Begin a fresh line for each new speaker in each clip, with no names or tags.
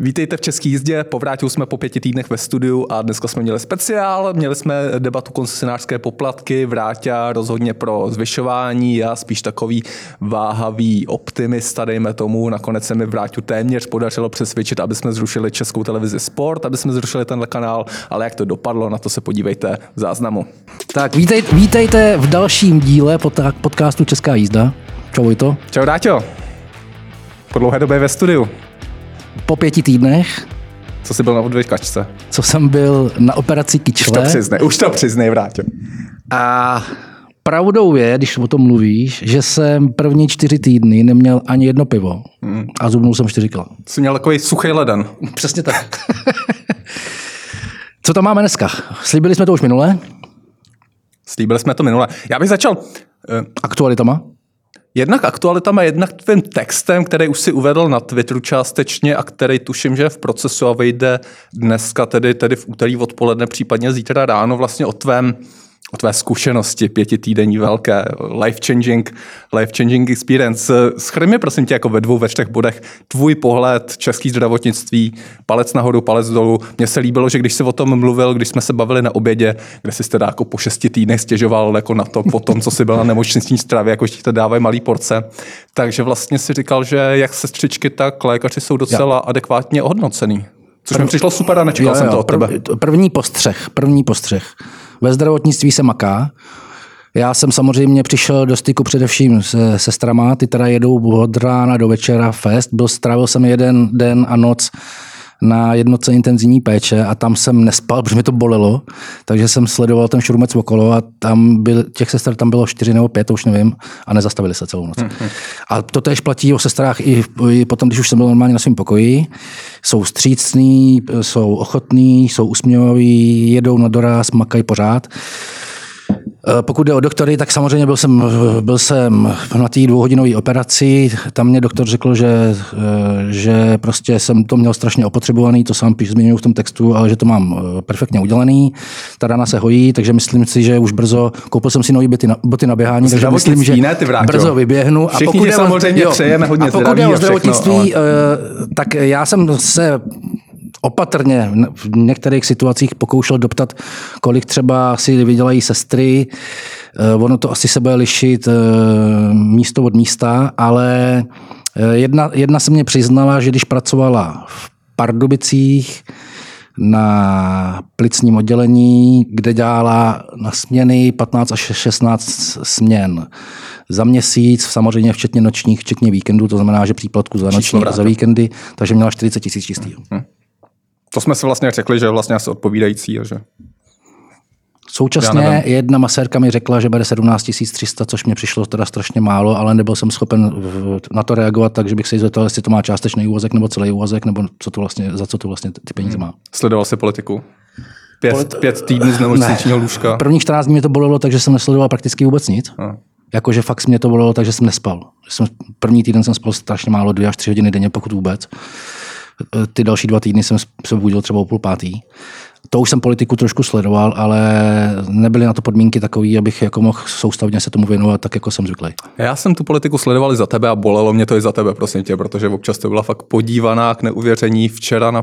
Vítejte v České jízdě, povrátili jsme po 5 týdnech ve studiu a dneska jsme měli speciál, měli jsme debatu koncesionářské poplatky, Vráťa rozhodně pro zvyšování, já spíš takový váhavý optimista, dejme tomu, nakonec se mi Vráťu téměř podařilo přesvědčit, aby jsme zrušili Českou televizi Sport, aby jsme zrušili tenhle kanál, ale jak to dopadlo, na to se podívejte v záznamu.
Tak vítejte v dalším díle podcastu Česká jízda. Čau Vojto.
Čau Dáťo. Po dlouhé době ve studiu.
Po 5 týdnech.
Co jsi byl na odvykačce?
Co jsem byl na operaci kyčle.
Už to přiznej, Vráťo.
A pravdou je, když o tom mluvíš, že jsem první 4 týdny neměl ani jedno pivo. A zubnul jsem 4 kila.
Jsi měl takový suchý leden.
Přesně tak. Co tam máme dneska? Slíbili jsme to už minule?
Slíbili jsme to minule. Já bych začal...
Aktualitama?
Jednak aktualitama, jednak tvým textem, který už si uvedl na Twitteru částečně a který tuším, že je v procesu a vyjde dneska, tedy v úterý odpoledne, případně zítra ráno, vlastně o tvé zkušenosti 5 týdenní velké, life-changing experience. Shrň mi prosím tě jako ve 2, ve 3 bodech tvůj pohled český zdravotnictví, palec nahoru, palec dolů. Mně se líbilo, že když jsi o tom mluvil, když jsme se bavili na obědě, kde jsi teda jako po 6 týdnech stěžoval jako na to, po tom, co jsi byl na nemocniční stravě, jako ti to dávají malý porce. Takže vlastně si říkal, že jak sestřičky, tak lékaři jsou docela adekvátně ohodnocený. Což mi přišlo super a nečekal jsem to od tebe.
První postřeh. Ve zdravotnictví se maká. Já jsem samozřejmě přišel do styku především se sestrama, ty teda jedou od rána do večera fest. Strávil jsem jeden den a noc na jednotce intenzivní péče a tam jsem nespal, protože mi to bolelo, takže jsem sledoval ten šurmec okolo a těch sester tam bylo 4 nebo 5, to už nevím, a nezastavili se celou noc. A to též platí o sestrách i potom, když už jsem byl normálně na svém pokoji. Jsou vstřícní, jsou ochotní, jsou usměvaví, jedou na doraz, makají pořád. Pokud jde o doktory, tak samozřejmě byl jsem na té 2hodinové operaci. Tam mě doktor řekl, že prostě jsem to měl strašně opotřebovaný, to sám zmiňuji v tom textu, ale že to mám perfektně udělaný. Ta rana se hojí, takže myslím si, že už brzo koupil jsem si nový boty na běhání, takže myslím, že brzo vyběhnu.
Všichni samozřejmě přejeme hodně zdraví.
A pokud jde o zdravotnictví, tak já jsem se opatrně v některých situacích pokoušel doptat, kolik třeba si vydělají sestry. Ono to asi se bude lišit místo od místa, ale jedna se mě přiznala, že když pracovala v Pardubicích na plicním oddělení, kde dělala na směny 15 až 16 směn za měsíc, samozřejmě včetně nočních, včetně víkendů, to znamená, že příplatku za noční a za víkendy, takže měla 40 000 čistý.
To jsme si vlastně řekli, že je vlastně asi odpovídající. Že...
Současně jedna masérka mi řekla, že bere 17 300, což mě přišlo teda strašně málo, ale nebyl jsem schopen na to reagovat, takže bych se jí zeptal, jestli to má částečný úvazek nebo celý úvazek, nebo za co to vlastně ty peníze má.
Sledoval jsi politiku? 5 týdnů z nemocničního lůžka?
Prvních 14 dní mě to bolelo, takže jsem nesledoval prakticky vůbec nic. Jakože fakt mě to bolelo, takže jsem nespal. První týden jsem spal strašně málo, 2 až 3 hodiny denně, pokud vůbec. Ty další 2 týdny jsem se budil třeba o 4:30. To už jsem politiku trošku sledoval, ale nebyly na to podmínky takové, abych jako mohl soustavně se tomu věnovat, tak jako jsem zvyklý.
Já jsem tu politiku sledoval i za tebe a bolelo mě to i za tebe, prosím tě, protože občas to byla fakt podívaná k neuvěření. Včera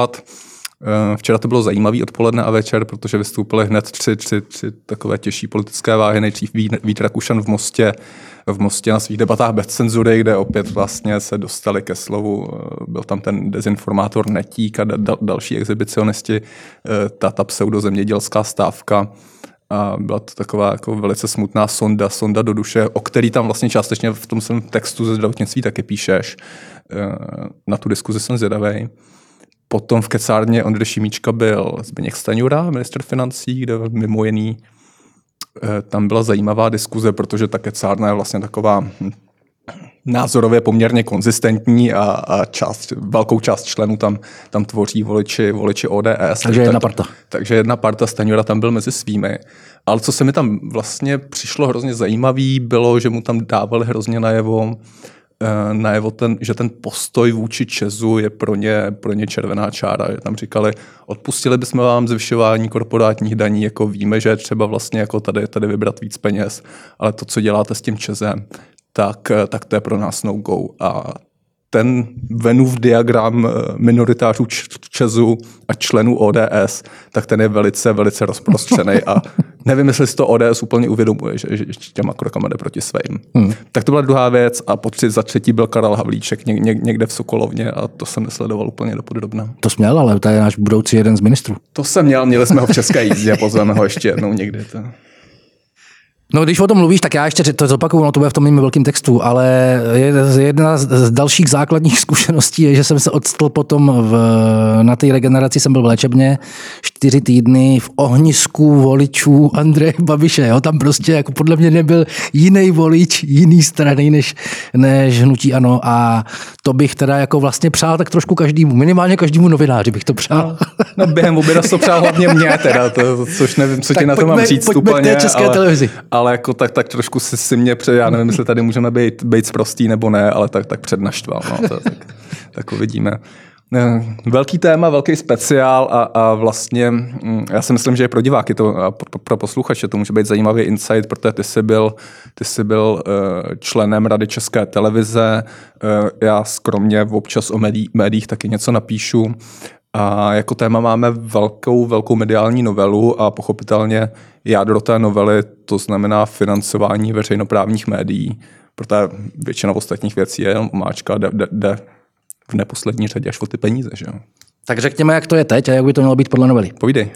to bylo zajímavý odpoledne a večer, protože vystoupily hned tři takové těžší politické váhy. Nejdřív Vít Rakušan v Mostě na svých debatách bez cenzury, kde opět vlastně se dostali ke slovu. Byl tam ten dezinformátor Netík a další exhibicionisti, ta pseudozemědělská stávka. A byla to taková jako velice smutná sonda do duše, o který tam vlastně částečně v tom svém textu ze zdravotnictví taky píšeš. Na tu diskuzi jsem zvědavej. Potom v kecárně Ondry Šimíčka byl Zbyněk Stanjura, ministr financí, kde mimo jiný tam byla zajímavá diskuze, protože ta kecárna je vlastně taková názorově poměrně konzistentní a velkou část členů tam tvoří voliči ODS. Takže jedna parta, Stanjura tam byl mezi svými. Ale co se mi tam vlastně přišlo hrozně zajímavý, bylo, že mu tam dávali hrozně najevo, že ten postoj vůči ČEZu je pro ně červená čára. Že tam říkali, odpustili bychom vám zvyšování korporátních daní, jako víme, že je třeba vlastně jako tady vybrat víc peněz, ale to, co děláte s tím ČEZem, tak to je pro nás no go. A ten Venův diagram minoritářů ČEZu a členů ODS, tak ten je velice, velice rozprostřený a nevím, jestli si to ODS úplně uvědomuje, že těma krokama jde proti svým. Tak to byla druhá věc a za třetí byl Karel Havlíček někde v Sokolovně a to jsem nesledoval úplně dopodrobna.
To jsi měl, ale to je náš budoucí jeden z ministrů.
To jsem měli jsme ho v České jízdě, pozveme ho ještě jednou někdy.
No, když o tom mluvíš, tak já ještě to zopakuju, no to bude v tom mým velkém textu, ale jedna z dalších základních zkušeností je, že jsem se odstl potom na té regeneraci, jsem byl v léčebně 4 týdny v ohnisku voličů Andreje Babiše. Jo? Tam prostě jako podle mě nebyl jiný volič, jiný strany než hnutí ANO a to bych teda jako vlastně přál tak trošku každému, minimálně každému novináři bych to přál.
No během oběda to přál hlavně mě teda, což nevím, co ti na to mám říct úplně, ale jako tak trošku si mě já nevím, jestli tady můžeme být sprostý nebo ne, ale tak přednaštval, no, tak uvidíme. Velký téma, velký speciál a vlastně já si myslím, že pro diváky a pro posluchače to může být zajímavý insight, protože ty jsi byl členem Rady České televize, já skromně občas o médiích taky něco napíšu a jako téma máme velkou mediální novelu a pochopitelně jádro té novely, to znamená financování veřejnoprávních médií, protože většina ostatních věcí je omáčka, jde v neposlední řadě až o ty peníze. Že?
Tak řekněme, jak to je teď a jak by to mělo být podle novely.
Povídej.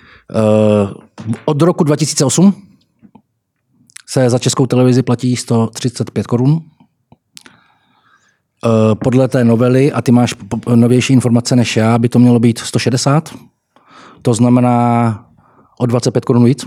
Od roku 2008 se za Českou televizi platí 135 korun. Podle té novely, a ty máš novější informace než já, by to mělo být 160. To znamená o 25 korun víc.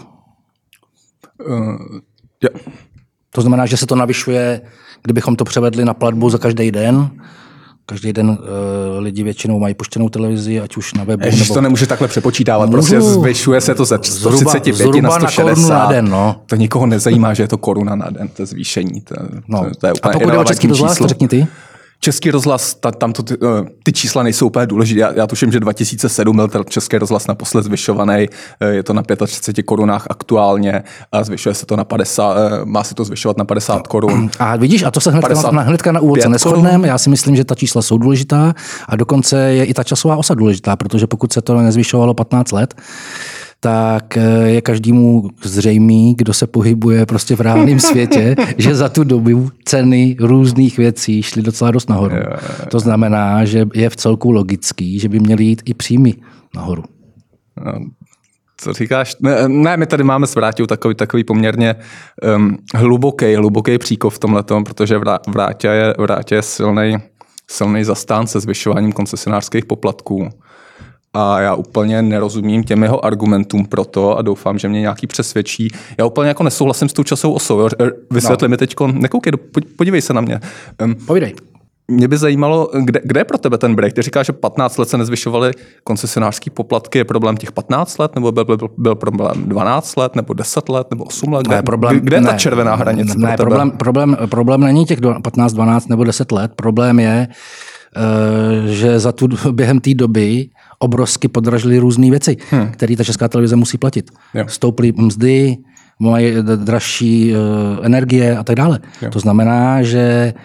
Yeah.
To znamená, že se to navyšuje, kdybychom to převedli na platbu za každý den. Každý den lidi většinou mají puštěnou televizi, ať už na webu.
Ježiš, to nemůže takhle přepočítávat, prostě zvyšuje se to ze 135 na 160.
Na den, no.
To nikoho nezajímá, že je to koruna na den, to zvýšení. To je úplně
a pokud je o Český rozhlas, to řekni ty.
Český rozhlas, tam ty čísla nejsou úplně důležité. Já tuším, že 2007 byl Český rozhlas naposled zvyšovaný, je to na 35 korunách aktuálně a zvyšuje se to na 50, má se to zvyšovat na 50 korun.
A vidíš, a to se hnedka na úvod neshodneme. Já si myslím, že ta čísla jsou důležitá a dokonce je i ta časová osa důležitá, protože pokud se to nezvyšovalo 15 let, tak je každému zřejmý, kdo se pohybuje prostě v reálném světě, že za tu dobu ceny různých věcí šly docela dost nahoru. To znamená, že je v celku logický, že by měly jít i příjmy nahoru.
Co říkáš? Ne, my tady máme s Vráťou takový poměrně hluboký příkop v tomhletom, protože Vrátě je silnej zastánce zvyšováním koncesionářských poplatků. A já úplně nerozumím těm jeho argumentům pro to a doufám, že mě nějaký přesvědčí. Já úplně jako nesouhlasím s tou časovou osou. Jo? Vysvětli mi teďko, nekoukej, podívej se na mě.
Povídej.
Mě by zajímalo, kde je pro tebe ten break? Ty říkáš, že 15 let se nezvyšovaly koncesionářské poplatky. Je problém těch 15 let? Nebo byl problém 12 let? Nebo 10 let? Nebo 8 let? Kde je ta červená hranice pro tebe?
Problém není těch 15, 12 nebo 10 let. Problém je, že během té doby obrovsky podražily různé věci, které ta Česká televize musí platit. Stouply mzdy, mají dražší energie a tak dále. To znamená, že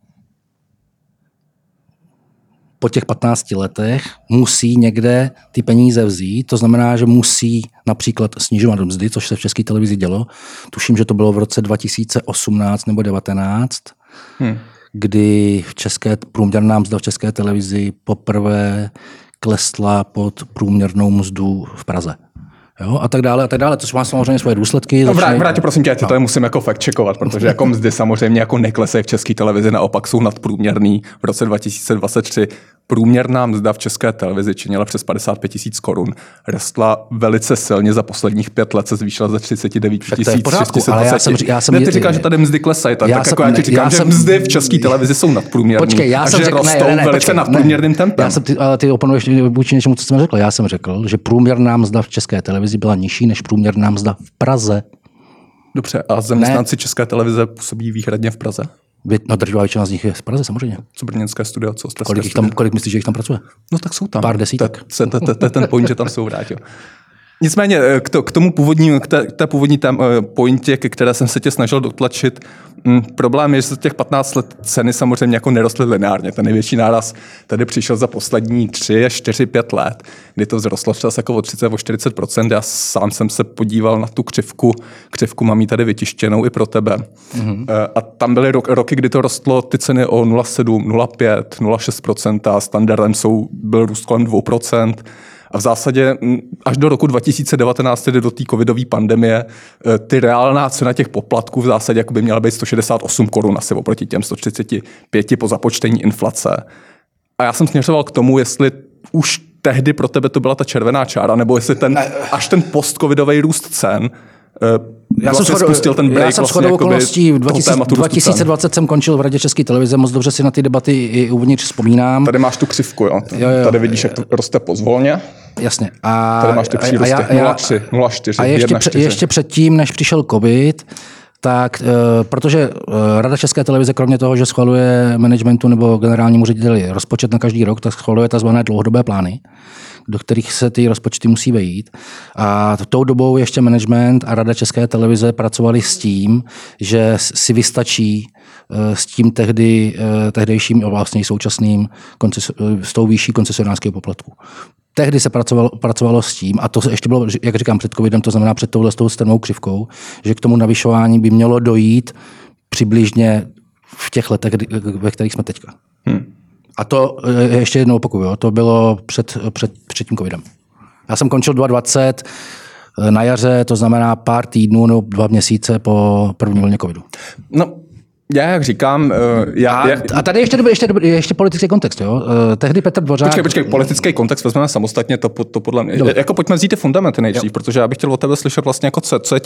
po těch 15 letech musí někde ty peníze vzít. To znamená, že musí například snižovat mzdy, což se v České televizi dělo. Tuším, že to bylo v roce 2018 nebo 2019, kdy průměrná mzda v České televizi poprvé klesla pod průměrnou mzdu v Praze. Jo, a tak dále, což má samozřejmě svoje důsledky.
Vrátě, prosím tě, to musím jako fakt checkovat, protože jako mzdy samozřejmě jako neklesají v České televizi, naopak jsou nadprůměrný. V roce 2023 průměrná mzda v České televizi činila přes 55 000 korun. Rostla velice silně, za posledních 5 let se zvýšila ze 39 620.
Ale
ty říkáš, že tady mzdy klesají, tak jako já ti říkám, že mzdy v České televizi jsou nadprůměrný.
Počkej,
a že rostou velice nadprůměrným tempem.
Ale ty oponuješ vůči něčemu, co jsem řekl. Já jsem řekl, že průměrná mzda v České televizi byla nižší než průměrná mzda v Praze.
Dobře, a zaměstnanci České televize působí výhradně v Praze?
No, drtivá většina z nich je z Praze, samozřejmě.
Co brněnské studia, co
kolik myslíš, že jich tam pracuje?
No tak jsou tam.
Pár desítek.
To je ten point, že tam jsou, Vráťo. Nicméně k tomu původní, k té původní pointě, ke které jsem se tě snažil dotlačit, problém je, že za těch 15 let ceny samozřejmě jako nerostly lineárně. Ten největší náraz tady přišel za poslední 3, 4, 5 let, kdy to vzrostlo třeba jako o 30-40%. Já sám jsem se podíval na tu křivku mám ji tady vytištěnou i pro tebe. A tam byly roky, kdy to rostlo ty ceny o 0,7, 0,5, 0,6%, standardem byl růst kolem 2%. A v zásadě až do roku 2019, tedy do té covidové pandemie, ty reálná cena těch poplatků v zásadě by měla být 168 korun asi oproti těm 135 po započtení inflace. A já jsem směřoval k tomu, jestli už tehdy pro tebe to byla ta červená čára, nebo jestli až ten post-covidový růst cen
já jsem shodou okolností v 2020 jsem končil v Radě České televize, moc dobře si na ty debaty i uvnitř vzpomínám.
Tady máš tu křivku, jo? Tady vidíš, jak to roste pozvolně.
Jasně.
Tady máš ty přírůsty 0,3, 0,4,
a ještě předtím, než přišel covid, tak protože Rada České televize, kromě toho, že schvaluje managementu nebo generálnímu řediteli rozpočet na každý rok, tak schvaluje tzv. Dlouhodobé plány, do kterých se ty rozpočty musí vejít. A tou dobou ještě management a Rada České televize pracovali s tím, že si vystačí s tím tehdejším a vlastně současným s tou výší koncesionářského poplatku. Tehdy se pracovalo s tím, a to ještě bylo, jak říkám, před covidem, to znamená před touhle strmou křivkou, že k tomu navyšování by mělo dojít přibližně v těch letech, ve kterých jsme teďka. A to ještě jednou opakuju, to bylo před tím covidem. Já jsem končil 2020 na jaře, to znamená pár týdnů nebo 2 měsíce po první vlně covidu.
No, já jak říkám...
A tady ještě politický kontext, jo? Tehdy Petr Dvořák...
Počkej, politický kontext vezmeme samostatně, to podle mě... Jako pojďme vzít ty fundamenty nejdřív, protože já bych chtěl od tebe slyšet vlastně, jako co je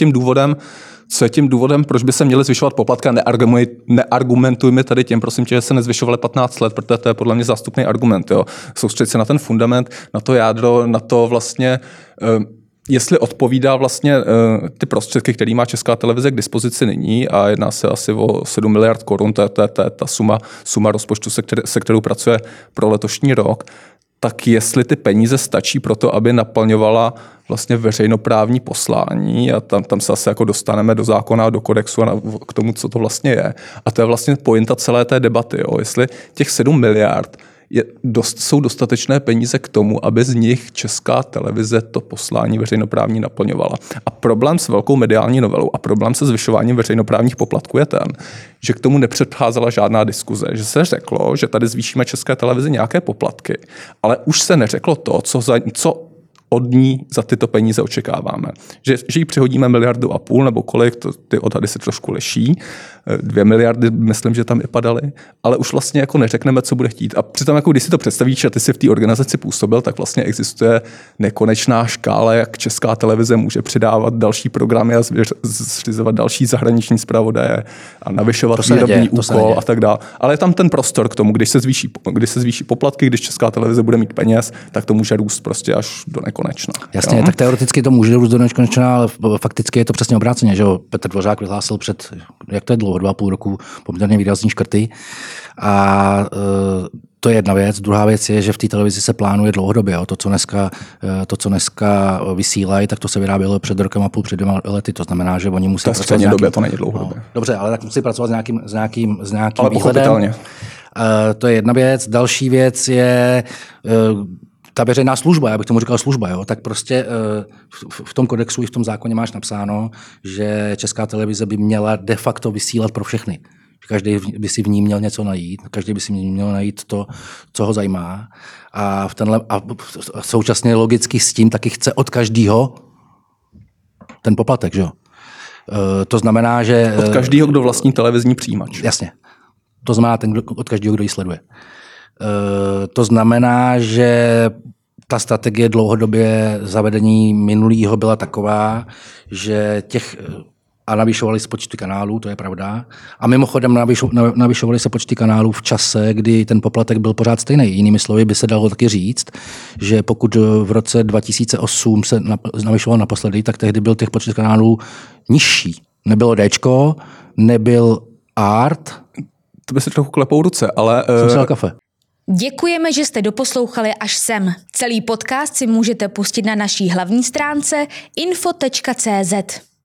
tím důvodem, proč by se měly zvyšovat poplatky a neargumentujme tady tím, prosím tě, že se nezvyšovaly 15 let, protože to je podle mě zástupný argument, jo? Soustředit se na ten fundament, na to jádro, na to vlastně... Jestli odpovídá vlastně ty prostředky, které má Česká televize k dispozici nyní, a jedná se asi o 7 miliard korun, to je ta suma rozpočtu, se kterou pracuje pro letošní rok, tak jestli ty peníze stačí pro to, aby naplňovala vlastně veřejnoprávní poslání, a tam se asi jako dostaneme do zákona a do kodexu a k tomu, co to vlastně je. A to je vlastně pointa celé té debaty, jo? Jestli těch 7 miliard jsou dostatečné peníze k tomu, aby z nich Česká televize to poslání veřejnoprávní naplňovala. A problém s velkou mediální novelou a problém se zvyšováním veřejnoprávních poplatků je ten, že k tomu nepředcházela žádná diskuze. Že se řeklo, že tady zvýšíme České televizi nějaké poplatky, ale už se neřeklo to, co od ní za tyto peníze očekáváme. Že jí přihodíme 1,5 miliardy nebo kolik, ty odhady se trošku liší. 2 miliardy, myslím, že tam i padaly, ale už vlastně jako neřekneme, co bude chtít. A přitom, jako když si to představíš, a ty si v té organizaci působil, tak vlastně existuje nekonečná škála, jak Česká televize může přidávat další programy a zřizovat další zahraniční zpravodaje a navyšovat výrobní úkol a tak dále. Ale je tam ten prostor k tomu, když se zvýší poplatky, když Česká televize bude mít peněz, tak to může růst prostě až do nekonečna.
Jasně, jo? Tak teoreticky to může růst do nekonečna, ale fakticky je to přesně obráceně, že jo? Petr Dvořák vyhlásil před, jak to je dlouho, 2,5 roku poměrně výrazný škrty. A to je jedna věc. Druhá věc je, že v té televizi se plánuje dlouhodobě. Jo? To, co dneska vysílají, tak to se vyrábělo před rokem a půl, před 2 lety. To znamená, že oni musí
pracovat době, to není dlouhodobě.
No, dobře, ale tak musí pracovat s nějakým výhledem. To je jedna věc. Další věc je ta veřejná služba, já bych tomu říkal služba, jo? Tak prostě v tom kodexu i v tom zákoně máš napsáno, že Česká televize by měla de facto vysílat pro všechny. Každý by si v ní měl něco najít, každý by si měl najít to, co ho zajímá. A současně logicky s tím taky chce od každého ten poplatek, že jo? To znamená, že...
Od každého, kdo vlastní televizní přijímač.
Jasně. To znamená od každého, kdo ji sleduje. To znamená, že ta strategie dlouhodobě zavedení minulého byla taková, že a navyšovali se počty kanálů, to je pravda. A mimochodem navyšovali se počty kanálů v čase, kdy ten poplatek byl pořád stejný. Jinými slovy by se dalo taky říct, že pokud v roce 2008 se navyšoval naposledy, tak tehdy byl těch počet kanálů nižší. Nebylo Dčko, nebyl Art.
To by se trochu klepou ruce, ale...
Jsem si dal kafe.
Děkujeme, že jste doposlouchali až sem. Celý podcast si můžete pustit na naší hlavní stránce info.cz.